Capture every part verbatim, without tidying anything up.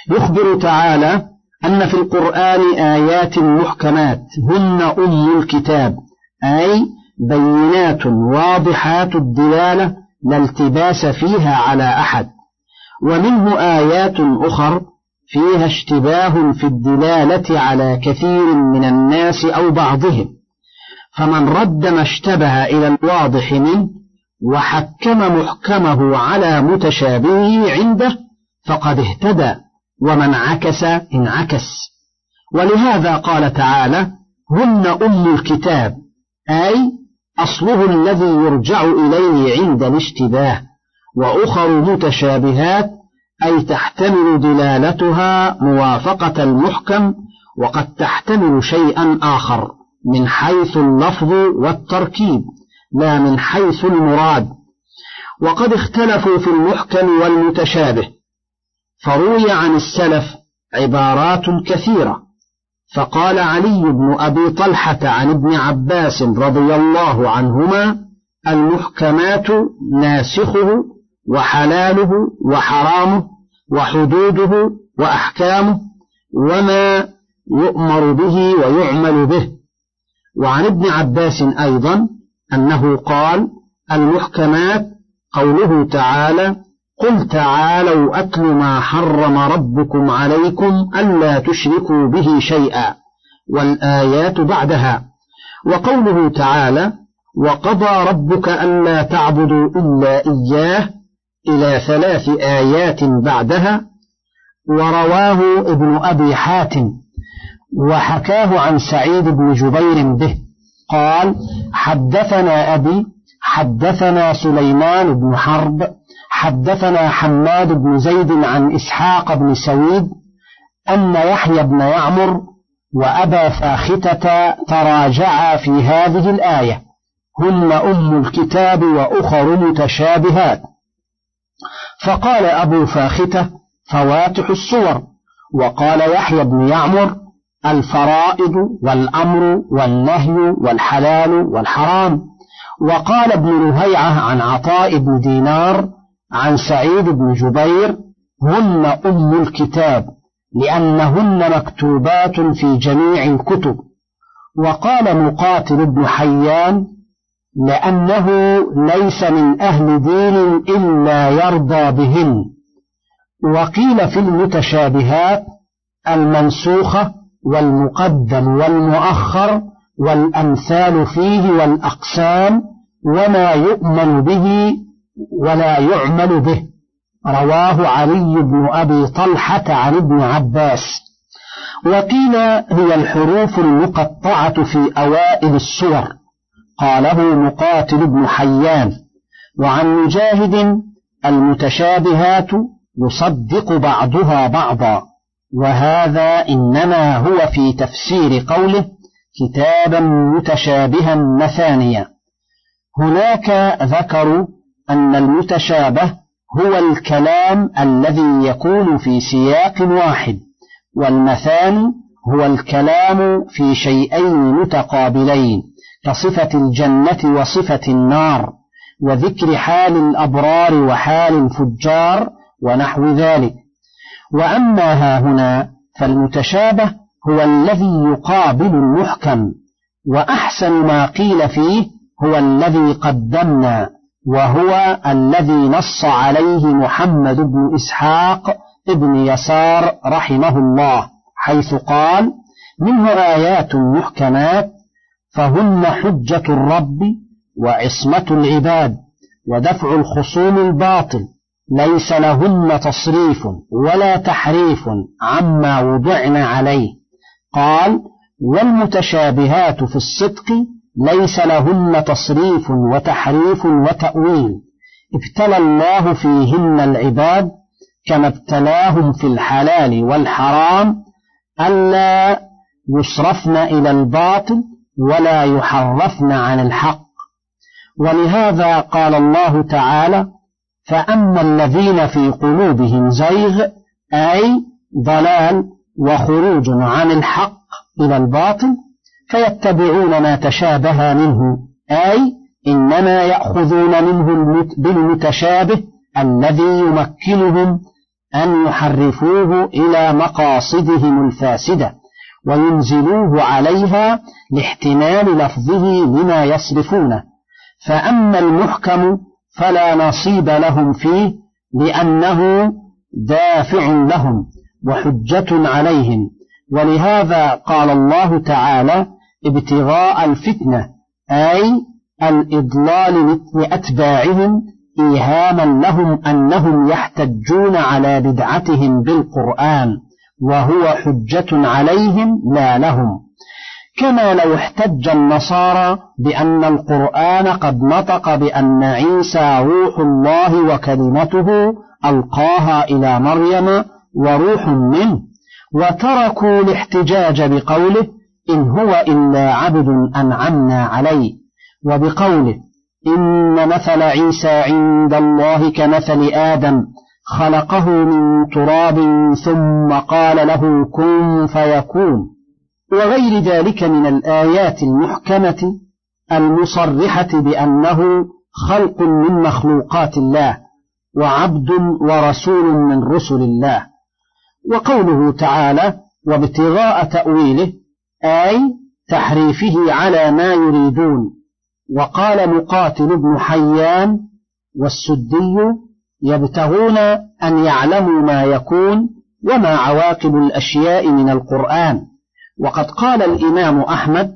يخبر تعالى أن في القرآن آيات محكمات هن أم الكتاب، أي بينات واضحات الدلالة لا التباس فيها على أحد، ومنه آيات أخر فيها اشتباه في الدلالة على كثير من الناس أو بعضهم، فمن رد ما اشتبه إلى الواضح منه وحكم محكمه على متشابهه عنده فقد اهتدى، ومن عكس انعكس. ولهذا قال تعالى هن أم الكتاب، أي أصله الذي يرجع إليه عند الاشتباه، وأخر متشابهات أي تحتمل دلالتها موافقة المحكم، وقد تحتمل شيئا آخر من حيث اللفظ والتركيب لا من حيث المراد. وقد اختلفوا في المحكم والمتشابه، فروي عن السلف عبارات كثيرة، فقال علي بن أبي طلحة عن ابن عباس رضي الله عنهما المحكمات ناسخه وحلاله وحرامه وحدوده وأحكامه وما يؤمر به ويعمل به. وعن ابن عباس أيضا أنه قال المحكمات قوله تعالى قل تعالوا أتل ما حرم ربكم عليكم ألا تشركوا به شيئا، والآيات بعدها. وقوله تعالى وقضى ربك ألا تعبدوا إلا إياه إلى ثلاث آيات بعدها. ورواه ابن أبي حاتم وحكاه عن سعيد بن جبير به قال حدثنا أبي حدثنا سليمان بن حرب حدثنا حماد بن زيد عن إسحاق بن سويد أن يحيى بن يعمر وأبا فاختة تراجعا في هذه الآية هن أم الكتاب وأخر متشابهات. فقال أبو فاختة فواتح الصور، وقال يحيى بن يعمر الفرائض والأمر والنهي والحلال والحرام. وقال ابن لهيعة عن عطاء بن دينار عن سعيد بن جبير هن أم الكتاب لأنهن مكتوبات في جميع الكتب. وقال مقاتل بن حيان لأنه ليس من أهل دين إلا يرضى بهن. وقيل في المتشابهات المنسوخة والمقدم والمؤخر والأمثال فيه والأقسام وما يؤمن به ولا يعمل به. رواه علي بن أبي طلحة عن ابن عباس. وقيل هي الحروف المقطعة في أوائل السور، قاله مقاتل بن حيان. وعن مجاهد المتشابهات يصدق بعضها بعضا، وهذا إنما هو في تفسير قوله كتابا متشابها مثانيا. هناك ذكروا أن المتشابه هو الكلام الذي يكون في سياق واحد، والمثاني هو الكلام في شيئين متقابلين كصفة الجنة وصفة النار، وذكر حال الأبرار وحال الفجار ونحو ذلك. وأما ها هنا فالمتشابه هو الذي يقابل المحكم، وأحسن ما قيل فيه هو الذي قدمنا، وهو الذي نص عليه محمد بن إسحاق ابن يسار رحمه الله، حيث قال منه آيات محكمات فهن حجة الرب وعصمة العباد ودفع الخصوم الباطل ليس لهن تصريف ولا تحريف عما وضعن عليه. قال والمتشابهات في الصدق ليس لهن تصريف وتحريف وتأويل، ابتلى الله فيهن العباد كما ابتلاهم في الحلال والحرام ألا يصرفن إلى الباطل ولا يحرفن عن الحق. ولهذا قال الله تعالى فأما الذين في قلوبهم زيغ أي ضلال وخروج عن الحق إلى الباطل فيتبعون ما تشابه منه، أي إنما يأخذون منه بالمتشابه الذي يمكنهم أن يحرفوه إلى مقاصدهم الفاسدة وينزلوه عليها لاحتمال لفظه لما يصرفونه. فأما المحكم فلا نصيب لهم فيه لأنه دافع لهم وحجة عليهم، ولهذا قال الله تعالى ابتغاء الفتنة أي الإضلال لأتباعهم إيهاما لهم أنهم يحتجون على بدعتهم بالقرآن وهو حجة عليهم لا لهم، كما لو احتج النصارى بأن القرآن قد نطق بأن عيسى روح الله وكلمته ألقاها إلى مريم وروح منه، وتركوا الاحتجاج بقوله إن هو إلا عبد أنعمنا عليه، وبقوله إن مثل عيسى عند الله كمثل آدم خلقه من تراب ثم قال له كن فيكون، وغير ذلك من الآيات المحكمة المصرحة بأنه خلق من مخلوقات الله وعبد ورسول من رسل الله. وقوله تعالى وابتغاء تأويله أي تحريفه على ما يريدون. وقال مقاتل بن حيان والسدي يبتغون أن يعلموا ما يكون وما عواقب الأشياء من القرآن. وقد قال الإمام أحمد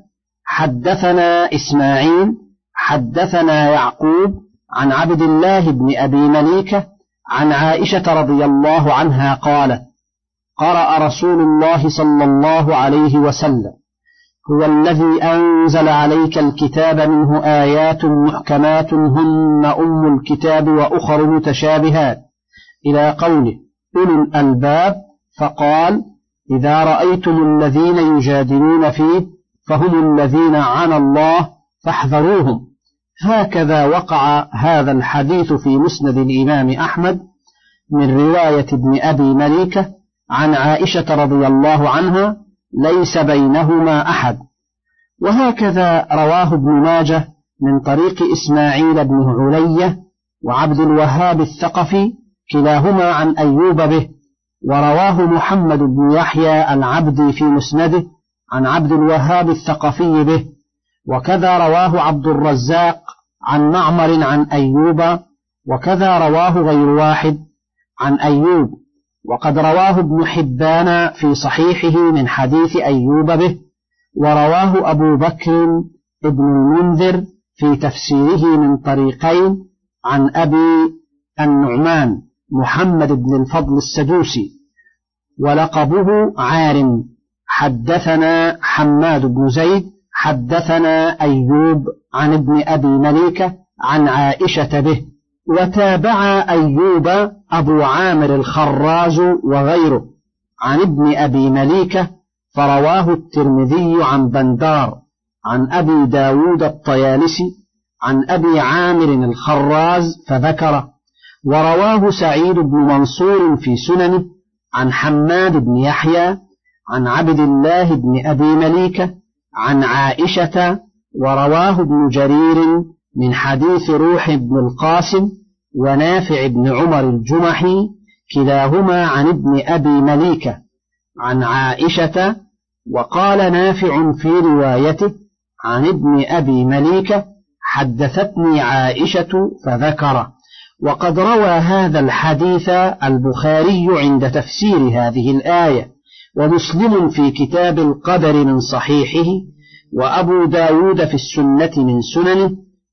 حدثنا إسماعيل حدثنا يعقوب عن عبد الله بن أبي مليكة عن عائشة رضي الله عنها قالت قرأ رسول الله صلى الله عليه وسلم هو الذي أنزل عليك الكتاب منه آيات محكمات هن أم الكتاب وأخر متشابهات إلى قوله أولو الألباب، فقال إذا رأيتم الذين يجادلون فيه فهم الذين عن الله فاحذروهم. هكذا وقع هذا الحديث في مسند الإمام أحمد من رواية ابن أبي مليكة عن عائشة رضي الله عنها ليس بينهما أحد. وهكذا رواه ابن ماجه من طريق إسماعيل بن علية وعبد الوهاب الثقفي كلاهما عن أيوب به، ورواه محمد بن يحيى العبدي في مسنده عن عبد الوهاب الثقفي به، وكذا رواه عبد الرزاق عن معمر عن أيوب، وكذا رواه غير واحد عن أيوب. وقد رواه ابن حبان في صحيحه من حديث أيوب به، ورواه أبو بكر ابن المنذر في تفسيره من طريقين عن أبي النعمان محمد بن الفضل السدوسي ولقبه عارم. حدثنا حماد بن زيد حدثنا أيوب عن ابن أبي مليكة عن عائشة به. وتابع أيوب أبو عامر الخراز وغيره عن ابن أبي مليكة، فرواه الترمذي عن بندار عن أبي داود الطيالسي عن أبي عامر الخراز فذكره. ورواه سعيد بن منصور في سننه عن حماد بن يحيى عن عبد الله بن أبي مليكة عن عائشة. ورواه ابن جرير من حديث روح بن القاسم ونافع بن عمر الجمحي كلاهما عن ابن أبي مليكة عن عائشة. وقال نافع في روايته عن ابن أبي مليكة حدثتني عائشة فذكره. وقد روى هذا الحديث البخاري عند تفسير هذه الآية، ومسلم في كتاب القدر من صحيحه، وأبو داود في السنة من سننه،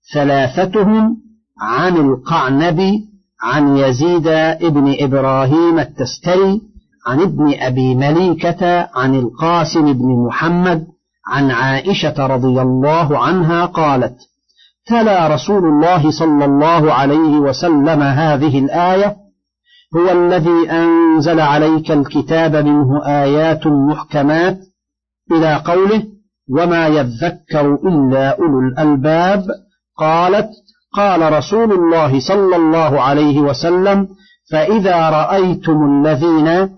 ثلاثتهم عن القعنبي عن يزيد ابن إبراهيم التستري عن ابن أبي مليكة عن القاسم بن محمد عن عائشة رضي الله عنها قالت تلا رسول الله صلى الله عليه وسلم هذه الآية هو الذي أنزل عليك الكتاب منه آيات محكمات إلى قوله وما يذكر إلا أولو الألباب. قالت قال رسول الله صلى الله عليه وسلم فإذا رأيتم الذين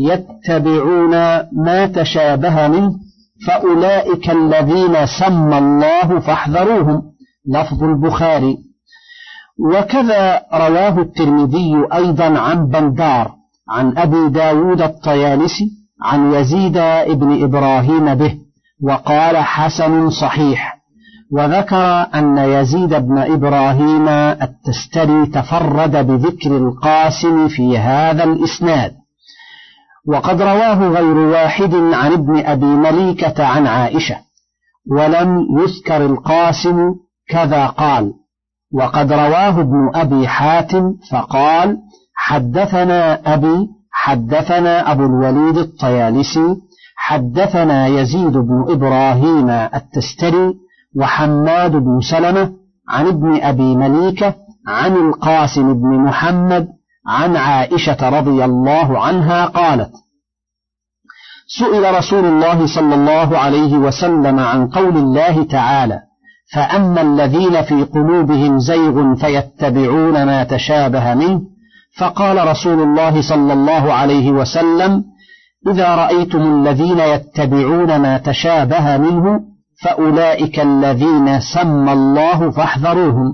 يتبعون ما تشابه منه فأولئك الذين سمى الله فاحذروهم، لفظ البخاري. وكذا رواه الترمذي أيضا عن بندار عن أبي داود الطيالسي عن يزيد بن إبراهيم به، وقال حسن صحيح. وذكر أن يزيد بن إبراهيم التستري تفرد بذكر القاسم في هذا الإسناد، وقد رواه غير واحد عن ابن أبي مليكة عن عائشة، ولم يذكر القاسم كذا قال. وقد رواه ابن أبي حاتم فقال حدثنا أبي حدثنا أبو الوليد الطيالسي حدثنا يزيد بن إبراهيم التستري وحماد بن سلمة عن ابن أبي مليكة عن القاسم بن محمد عن عائشة رضي الله عنها قالت: سئل رسول الله صلى الله عليه وسلم عن قول الله تعالى: فأما الذين في قلوبهم زيغ فيتبعون ما تشابه منه، فقال رسول الله صلى الله عليه وسلم: إذا رأيتم الذين يتبعون ما تشابه منه فأولئك الذين سمى الله فاحذروهم.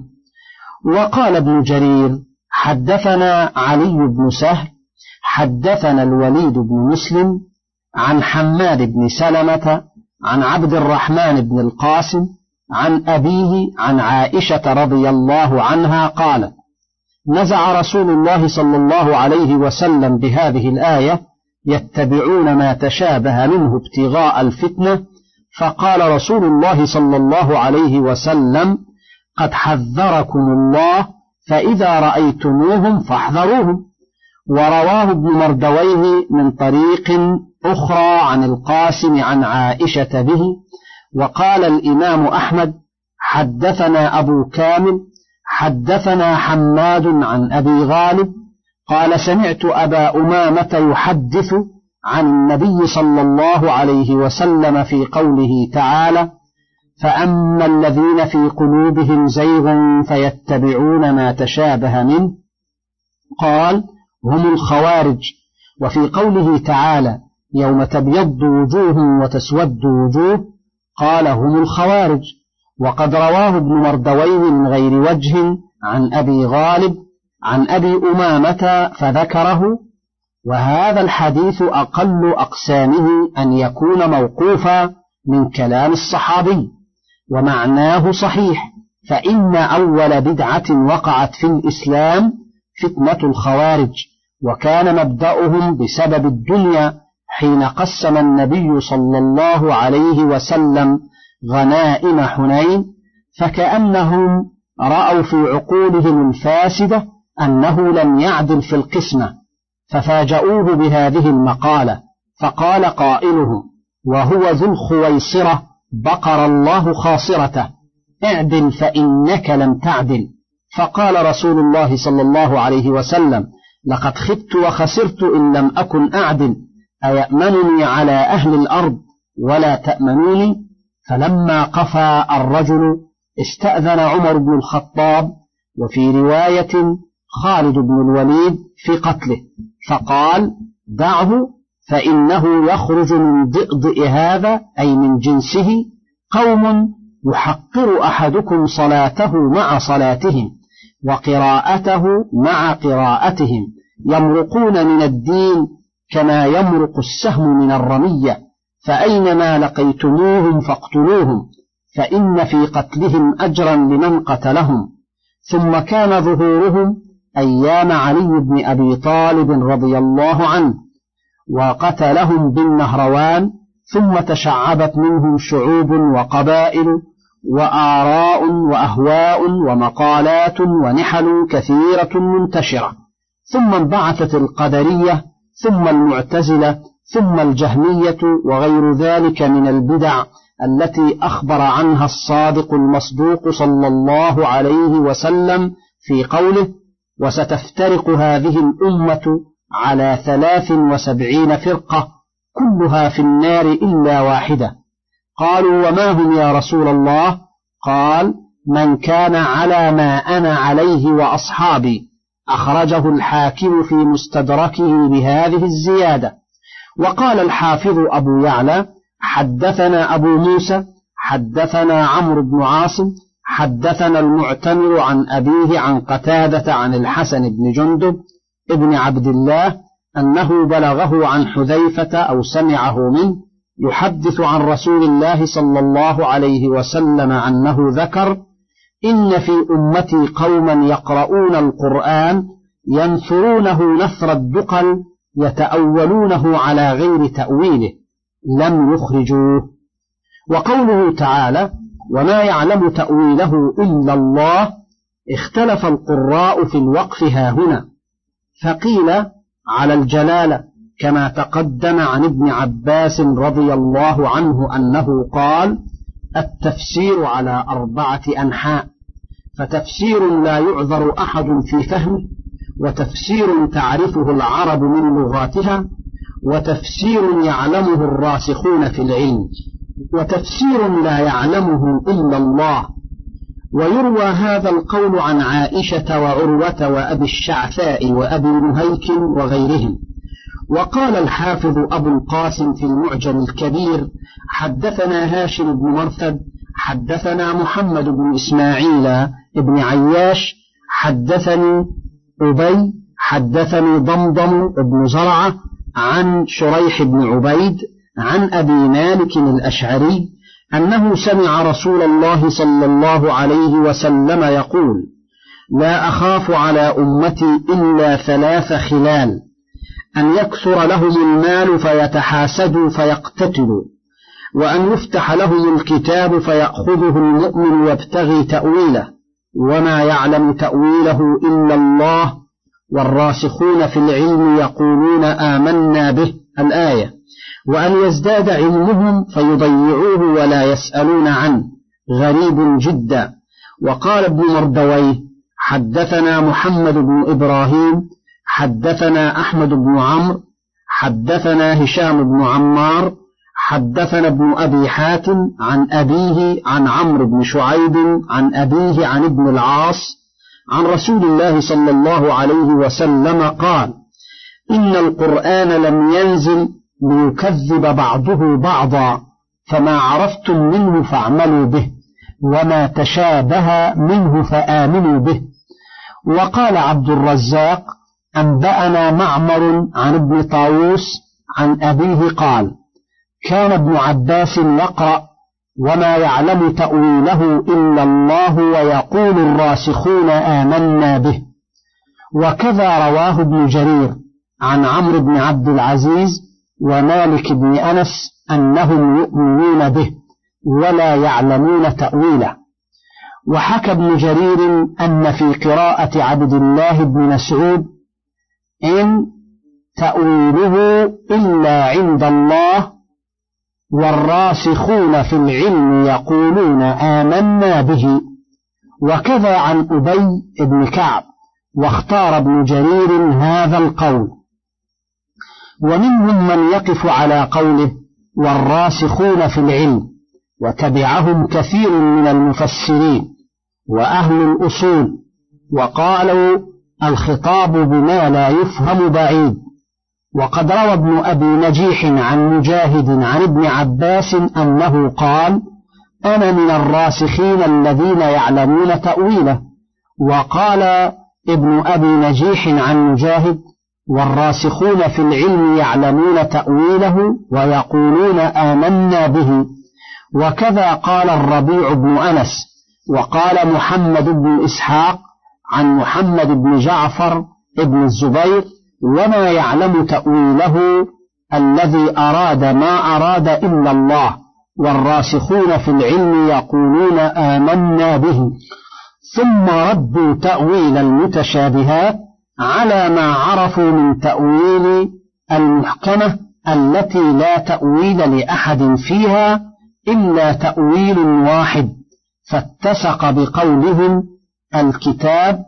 وقال ابن جرير: حدثنا علي بن سهل حدثنا الوليد بن مسلم عن حماد بن سلمة عن عبد الرحمن بن القاسم عن أبيه عن عائشة رضي الله عنها قالت: نزع رسول الله صلى الله عليه وسلم بهذه الآية: يتبعون ما تشابه منه ابتغاء الفتنة، فقال رسول الله صلى الله عليه وسلم: قد حذركم الله، فإذا رأيتموهم فاحذروهم. ورواه ابن مردويه من طريق أخرى عن القاسم عن عائشة به. وقال الإمام أحمد: حدثنا أبو كامل حدثنا حماد عن أبي غالب قال: سمعت أبا أمامة يحدث عن النبي صلى الله عليه وسلم في قوله تعالى: فأما الذين في قلوبهم زيغ فيتبعون ما تشابه منه، قال: هم الخوارج. وفي قوله تعالى: يوم تبيض وجوه وتسود وجوه، قال: هم الخوارج. وقد رواه ابن مردويه من غير وجه عن أبي غالب عن أبي أمامة فذكره. وهذا الحديث أقل أقسامه أن يكون موقوفا من كلام الصحابي، ومعناه صحيح، فإن أول بدعة وقعت في الإسلام فتنة الخوارج، وكان مبدأهم بسبب الدنيا، حين قسم النبي صلى الله عليه وسلم غنائم حنين، فكأنهم رأوا في عقولهم الفاسدة أنه لم يعدل في القسمة، ففاجؤوه بهذه المقالة، فقال قائلهم وهو ذو الخويصرة: بقر الله خاصرته، اعدل فإنك لم تعدل. فقال رسول الله صلى الله عليه وسلم: لقد خبت وخسرت إن لم أكن أعدل، أيأمنني على أهل الأرض ولا تأمنوني؟ فلما قفى الرجل استأذن عمر بن الخطاب، وفي رواية خالد بن الوليد، في قتله، فقال: دعه فإنه يخرج من ضئضئ هذا، أي من جنسه، قوم يحقر أحدكم صلاته مع صلاتهم وقراءته مع قراءتهم، يمرقون من الدين كما يمرق السهم من الرمية، فأينما لقيتموهم فاقتلوهم، فإن في قتلهم أجرا لمن قتلهم. ثم كان ظهورهم أيام علي بن أبي طالب رضي الله عنه، وقتلهم بالنهروان، ثم تشعبت منهم شعوب وقبائل وآراء وأهواء ومقالات ونحل كثيرة منتشرة، ثم انبعثت القدرية، ثم المعتزلة، ثم الجهمية، وغير ذلك من البدع التي أخبر عنها الصادق المصدوق صلى الله عليه وسلم في قوله: وستفترق هذه الأمة على ثلاث وسبعين فرقة كلها في النار إلا واحدة. قالوا: وما هم يا رسول الله؟ قال: من كان على ما أنا عليه وأصحابي. أخرجه الحاكم في مستدركه بهذه الزيادة. وقال الحافظ أبو يعلى: حدثنا أبو موسى حدثنا عمرو بن عاصم حدثنا المعتمر عن أبيه عن قتادة عن الحسن بن جندب ابن عبد الله أنه بلغه عن حذيفة أو سمعه منه يحدث عن رسول الله صلى الله عليه وسلم أنه ذكر: إن في أمتي قوما يقرؤون القرآن ينثرونه نثر الدقل يتأولونه على غير تأويله لم يخرجوه. وقوله تعالى: وما يعلم تأويله إلا الله، اختلف القراء في الوقف هاهنا، فقيل على الجلالة كما تقدم عن ابن عباس رضي الله عنه أنه قال: التفسير على أربعة أنحاء، فتفسير لا يعذر أحد في فهمه، وتفسير تعرفه العرب من لغاتها، وتفسير يعلمه الراسخون في العلم، وتفسير لا يعلمه إلا الله. ويروى هذا القول عن عائشة وعروة وأبي الشعثاء وأبي نهيك وغيرهم. وقال الحافظ أبو القاسم في المعجم الكبير: حدثنا هاشم بن مرثد حدثنا محمد بن إسماعيل بن عياش حدثني أبي حدثني ضمضم بن زرعة عن شريح بن عبيد عن أبي مالك الأشعري أنه سمع رسول الله صلى الله عليه وسلم يقول: لا أخاف على أمتي إلا ثلاث خلال: أن يكثر لهم المال فيتحاسدوا فيقتتلوا، وأن يفتح لهم الكتاب فيأخذه المؤمن ويبتغي تأويله، وما يعلم تأويله إلا الله، والراسخون في العلم يقولون آمنا به. الآية. وأن يزداد علمهم فيضيعوه ولا يسألون عنه، غريب جدا. وقال ابن مردويه: حدثنا محمد بن إبراهيم حدثنا أحمد بن عمرو حدثنا هشام بن عمار حدثنا ابن أبي حاتم عن أبيه عن عمرو بن شعيب عن أبيه عن ابن العاص عن رسول الله صلى الله عليه وسلم قال: إن القرآن لم ينزل ليكذب بعضه بعضا، فما عرفتم منه فاعملوا به، وما تشابه منه فآمنوا به. وقال عبد الرزاق: أنبأنا معمر عن ابن طاووس عن أبيه قال: كان ابن عباس يقرأ: وما يعلم تأويله إلا الله، ويقول الراسخون آمنا به. وكذا رواه ابن جرير عن عمرو بن عبد العزيز ومالك بن أنس أنهم يؤمنون به ولا يعلمون تأويله. وحكى ابن جرير أن في قراءة عبد الله بن مسعود: إن تأويله إلا عند الله، والراسخون في العلم يقولون آمنا به. وكذا عن أبي بن كعب، واختار ابن جرير هذا القول. ومنهم من يقف على قوله والراسخون في العلم، وتبعهم كثير من المفسرين وأهل الأصول، وقالوا الخطاب بما لا يفهم بعيد. وقد روى ابن أبي نجيح عن مجاهد عن ابن عباس أنه قال: أنا من الراسخين الذين يعلمون تأويله. وقال ابن أبي نجيح عن مجاهد: والراسخون في العلم يعلمون تأويله ويقولون آمنا به. وكذا قال الربيع بن أنس. وقال محمد بن إسحاق عن محمد بن جعفر بن الزبير: وما يعلم تأويله الذي أراد ما أراد إلا الله، والراسخون في العلم يقولون آمنا به. ثم ردوا تأويل المتشابهات على ما عرفوا من تأويل المحكمة التي لا تأويل لأحد فيها إلا تأويل واحد، فاتسق بقولهم الكتاب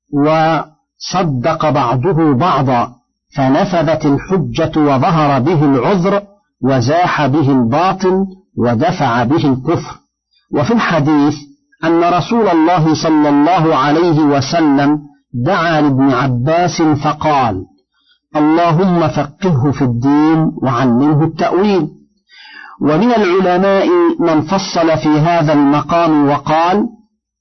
وصدق بعضه بعضا، فنفذت الحجة وظهر به العذر، وزاح به الباطل، ودفع به الكفر. وفي الحديث أن رسول الله صلى الله عليه وسلم دعا لابن عباس فقال: اللهم فقهه في الدين وعلمه التأويل. ومن العلماء من فصل في هذا المقام وقال: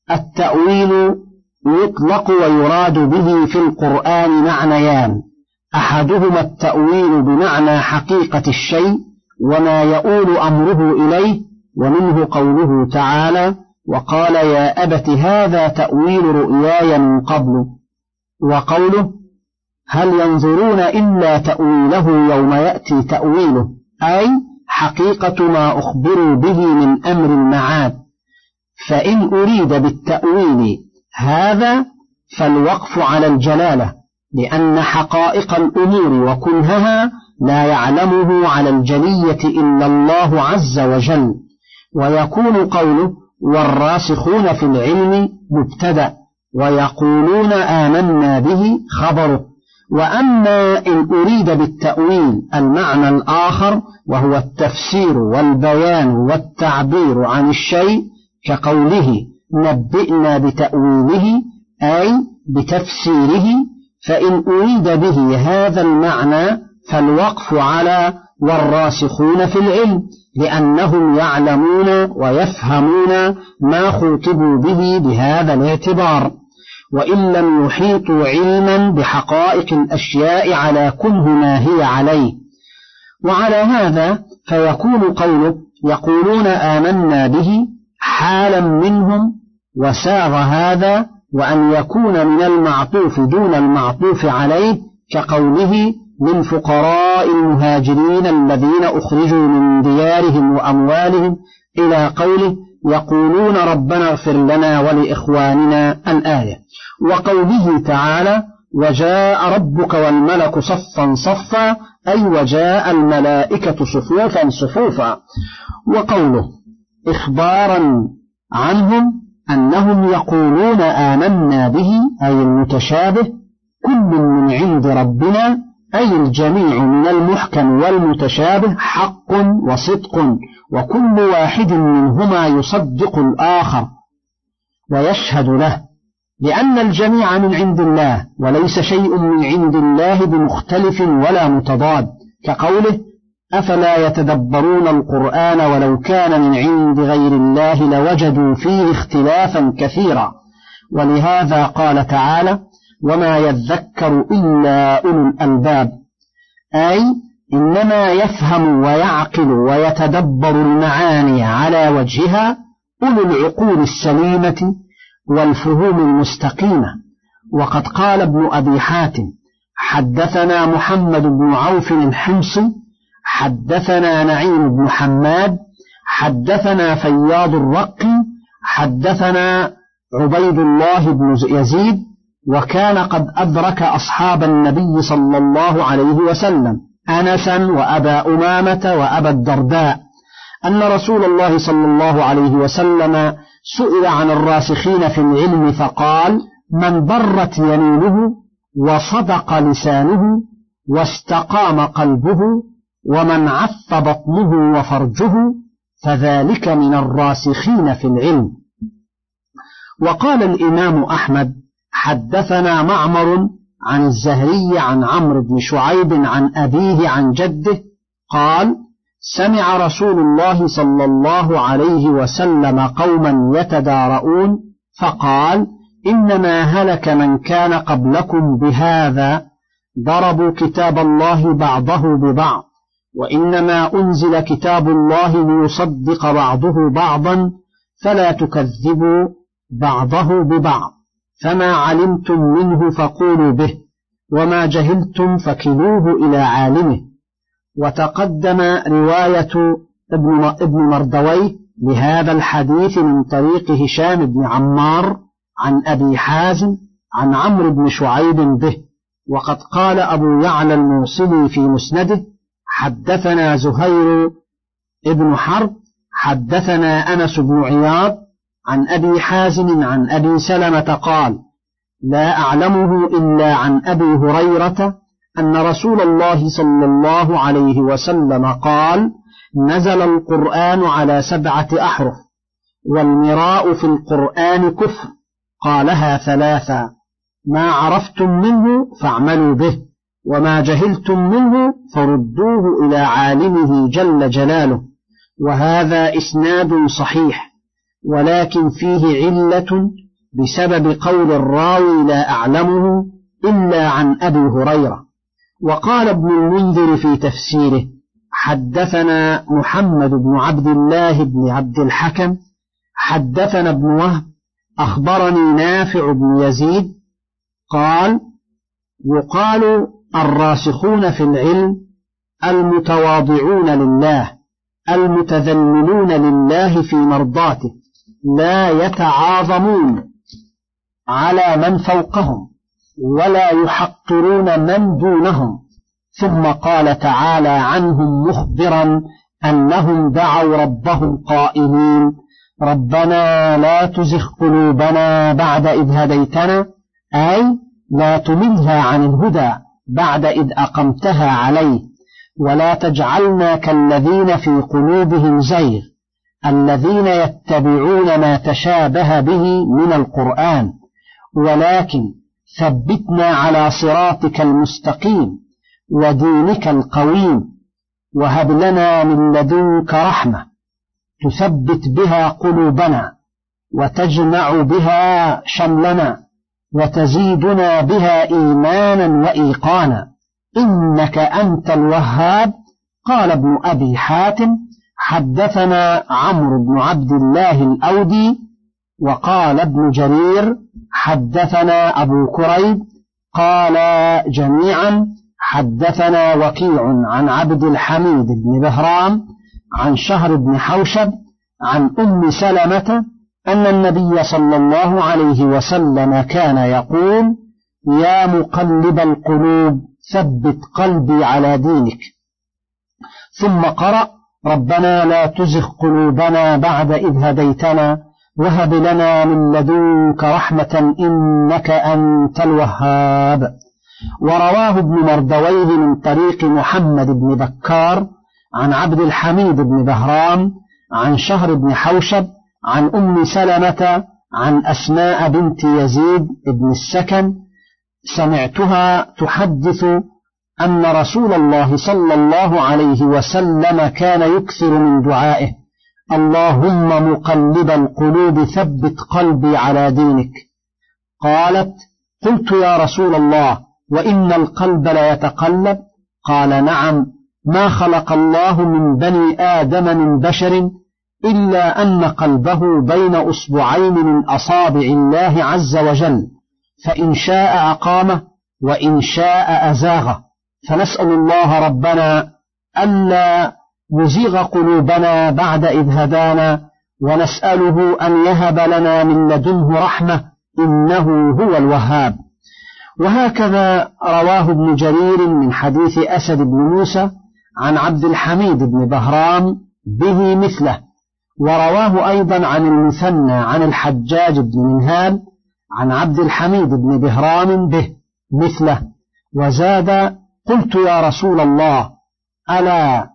التأويل يطلق ويراد به في القرآن معنيان: أحدهما التأويل بمعنى حقيقة الشيء وما يؤول أمره إليه، ومنه قوله تعالى: وقال يا أبت هذا تأويل رؤياي من قبل، وقوله: هل ينظرون إلا تأويله يوم يأتي تأويله، أي حقيقة ما أخبروا به من أمر المعاد. فإن أريد بالتأويل هذا فالوقف على الجلالة، لأن حقائق الأمور وكنهها لا يعلمه على الجلية إلا الله عز وجل. ويكون قوله والراسخون في العلم مبتدأ، ويقولون آمنا به خبره. وأما إن أريد بالتأويل المعنى الآخر وهو التفسير والبيان والتعبير عن الشيء كقوله نبئنا بتأويله أي بتفسيره، فإن أريد به هذا المعنى فالوقف على والراسخون في العلم، لأنهم يعلمون ويفهمون ما خوطبوا به بهذا الاعتبار، وإن لم يحيطوا علما بحقائق الأشياء على كنه ما هي عليه. وعلى هذا فيكون قوله يقولون آمنا به حالا منهم، وساغ هذا وأن يكون من المعطوف دون المعطوف عليه، كقوله للفقراء المهاجرين الذين أخرجوا من ديارهم وأموالهم إلى قوله يقولون ربنا اغفر لنا ولإخواننا الآية. وقوله تعالى وجاء ربك والملك صفا صفا أي وجاء الملائكة صفوفا صفوفا. وقوله إخبارا عنهم أنهم يقولون آمنا به أي المتشابه كل من عند ربنا، أي الجميع من المحكم والمتشابه حق وصدق، وكل واحد منهما يصدق الآخر ويشهد له، لأن الجميع من عند الله وليس شيء من عند الله بمختلف ولا متضاد، كقوله أفلا يتدبرون القرآن ولو كان من عند غير الله لوجدوا فيه اختلافا كثيرا. ولهذا قال تعالى وما يذكر إلا أولو الألباب، أي إنما يفهم ويعقل ويتدبر المعاني على وجهها أولو العقول السليمة والفهوم المستقيمة. وقد قال ابن أبي حاتم حدثنا محمد بن عوف الحمصي حدثنا نعيم بن حماد حدثنا فياض الرقي حدثنا عبيد الله بن يزيد، وكان قد أدرك أصحاب النبي صلى الله عليه وسلم أنسا وأبا أمامة وأبا الدرداء، أن رسول الله صلى الله عليه وسلم سئل عن الراسخين في العلم فقال من برت يمينه وصدق لسانه واستقام قلبه ومن عف بطنه وفرجه فذلك من الراسخين في العلم. وقال الإمام أحمد حدثنا معمر عن الزهري عن عمرو بن شعيب عن أبيه عن جده قال سمع رسول الله صلى الله عليه وسلم قوما يتدارؤون فقال إنما هلك من كان قبلكم بهذا، ضربوا كتاب الله بعضه ببعض، وإنما أنزل كتاب الله ليصدق بعضه بعضا، فلا تكذبوا بعضه ببعض، فما علمتم منه فقولوا به، وما جهلتم فكلوه إلى عالمه. وتقدم رواية ابن مردويه لهذا الحديث من طريق هشام بن عمار عن أبي حازم عن عمرو بن شعيب به. وقد قال أبو يعلى الموصلي في مسنده حدثنا زهير ابن حرب حدثنا أنس بن عياض عن أبي حازم عن أبي سلمة قال لا أعلمه إلا عن أبي هريرة أن رسول الله صلى الله عليه وسلم قال نزل القرآن على سبعة أحرف، والمراء في القرآن كفر، قالها ثلاثا، ما عرفتم منه فاعملوا به، وما جهلتم منه فردوه إلى عالمه جل جلاله. وهذا إسناد صحيح، ولكن فيه علة بسبب قول الراوي لا أعلمه إلا عن أبي هريرة. وقال ابن المنذر في تفسيره: حدثنا محمد بن عبد الله بن عبد الحكم حدثنا ابن وهب أخبرني نافع بن يزيد قال: يقال الراسخون في العلم المتواضعون لله المتذللون لله في مرضاته، لا يتعاظمون على من فوقهم ولا يحقرون من دونهم. ثم قال تعالى عنهم مخبرا أنهم دعوا ربهم قائلين: ربنا لا تزغ قلوبنا بعد إذ هديتنا، أي لا تملها عن الهدى بعد إذ أقمتها عليه، ولا تجعلنا كالذين في قلوبهم زيغ الذين يتبعون ما تشابه به من القرآن، ولكن ثبتنا على صراطك المستقيم ودينك القويم، وهب لنا من لدنك رحمة تثبت بها قلوبنا وتجمع بها شملنا وتزيدنا بها إيمانا وإيقانا، إنك أنت الوهاب. قال ابن أبي حاتم: حدثنا عمرو بن عبد الله الأودي. وقال ابن جرير: حدثنا أبو كريب. قال جميعا: حدثنا وكيع عن عبد الحميد بن بهرام عن شهر بن حوشب عن أم سلمة أن النبي صلى الله عليه وسلم كان يقول: يا مقلب القلوب ثبت قلبي على دينك. ثم قرأ: ربنا لا تزغ قلوبنا بعد إذ هديتنا وهب لنا من لدنك رحمة إنك أنت الوهاب. ورواه ابن مردويه من طريق محمد بن بكار عن عبد الحميد بن بهرام عن شهر بن حوشب عن أم سلمة عن أسماء بنت يزيد بن السكن سمعتها تحدث أن رسول الله صلى الله عليه وسلم كان يكثر من دعائه: اللهم مقلب القلوب ثبت قلبي على دينك. قالت: قلت يا رسول الله وإن القلب ليتقلب؟ قال: نعم، ما خلق الله من بني آدم من بشر إلا أن قلبه بين أصبعين من أصابع الله عز وجل، فإن شاء أقامه وإن شاء أزاغه، فنسأل الله ربنا ألا يزيغ قلوبنا بعد إذ هدانا، ونسأله أن يهب لنا من لدنه رحمة إنه هو الوهاب. وهكذا رواه ابن جرير من حديث أسد بن موسى عن عبد الحميد بن بهرام به مثله، ورواه أيضا عن المثنى عن الحجاج بن منهال عن عبد الحميد بن بهرام به مثله، وزاد: قلت يا رسول الله ألا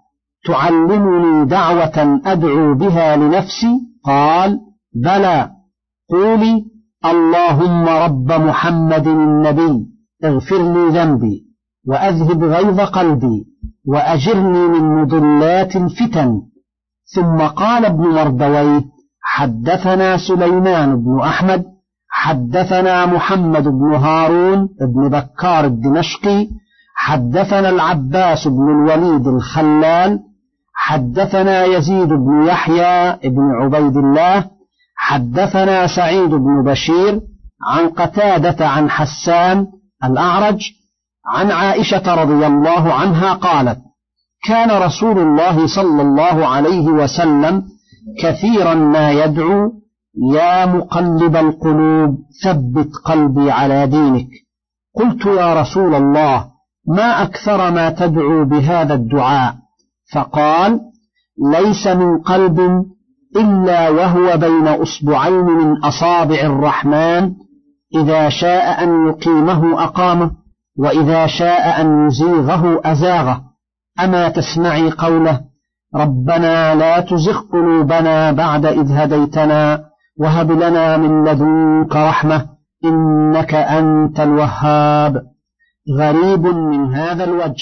تعلمني دعوة أدعو بها لنفسي؟ قال: بلى، قولي: اللهم رب محمد النبي اغفر لي ذنبي وأذهب غيظ قلبي وأجرني من مضلات الفتن. ثم قال ابن مردويه: حدثنا سليمان بن أحمد حدثنا محمد بن هارون بن بكار الدمشقي حدثنا العباس بن الوليد الخلال حدثنا يزيد بن يحيى بن عبيد الله حدثنا سعيد بن بشير عن قتادة عن حسان الأعرج عن عائشة رضي الله عنها قالت: كان رسول الله صلى الله عليه وسلم كثيرا ما يدعو: يا مقلب القلوب ثبت قلبي على دينك. قلت: يا رسول الله ما أكثر ما تدعو بهذا الدعاء؟ فقال: ليس من قلب إلا وهو بين أصبعين من أصابع الرحمن، إذا شاء أن يقيمه أقامه وإذا شاء أن يزيغه أزاغه. أما تسمعي قوله: ربنا لا تزغ قلوبنا بعد إذ هديتنا وهب لنا من لدنك رحمة إنك أنت الوهاب. غريب من هذا الوجه،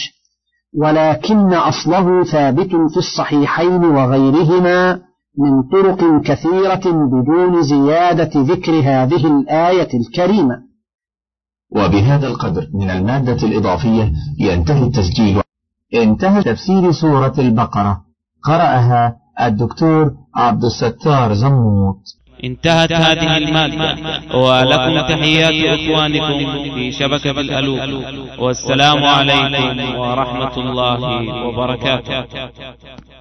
ولكن أصله ثابت في الصحيحين وغيرهما من طرق كثيرة بدون زيادة ذكر هذه الآية الكريمة. وبهذا القدر من المادة الإضافية ينتهي التسجيل. انتهى تفسير سورة البقرة، قرأها الدكتور عبد الستار زموت. انتهت هذه المادة، ولكم تحيات إخوانكم في شبكة الألوف، والسلام عليكم ورحمة الله وبركاته.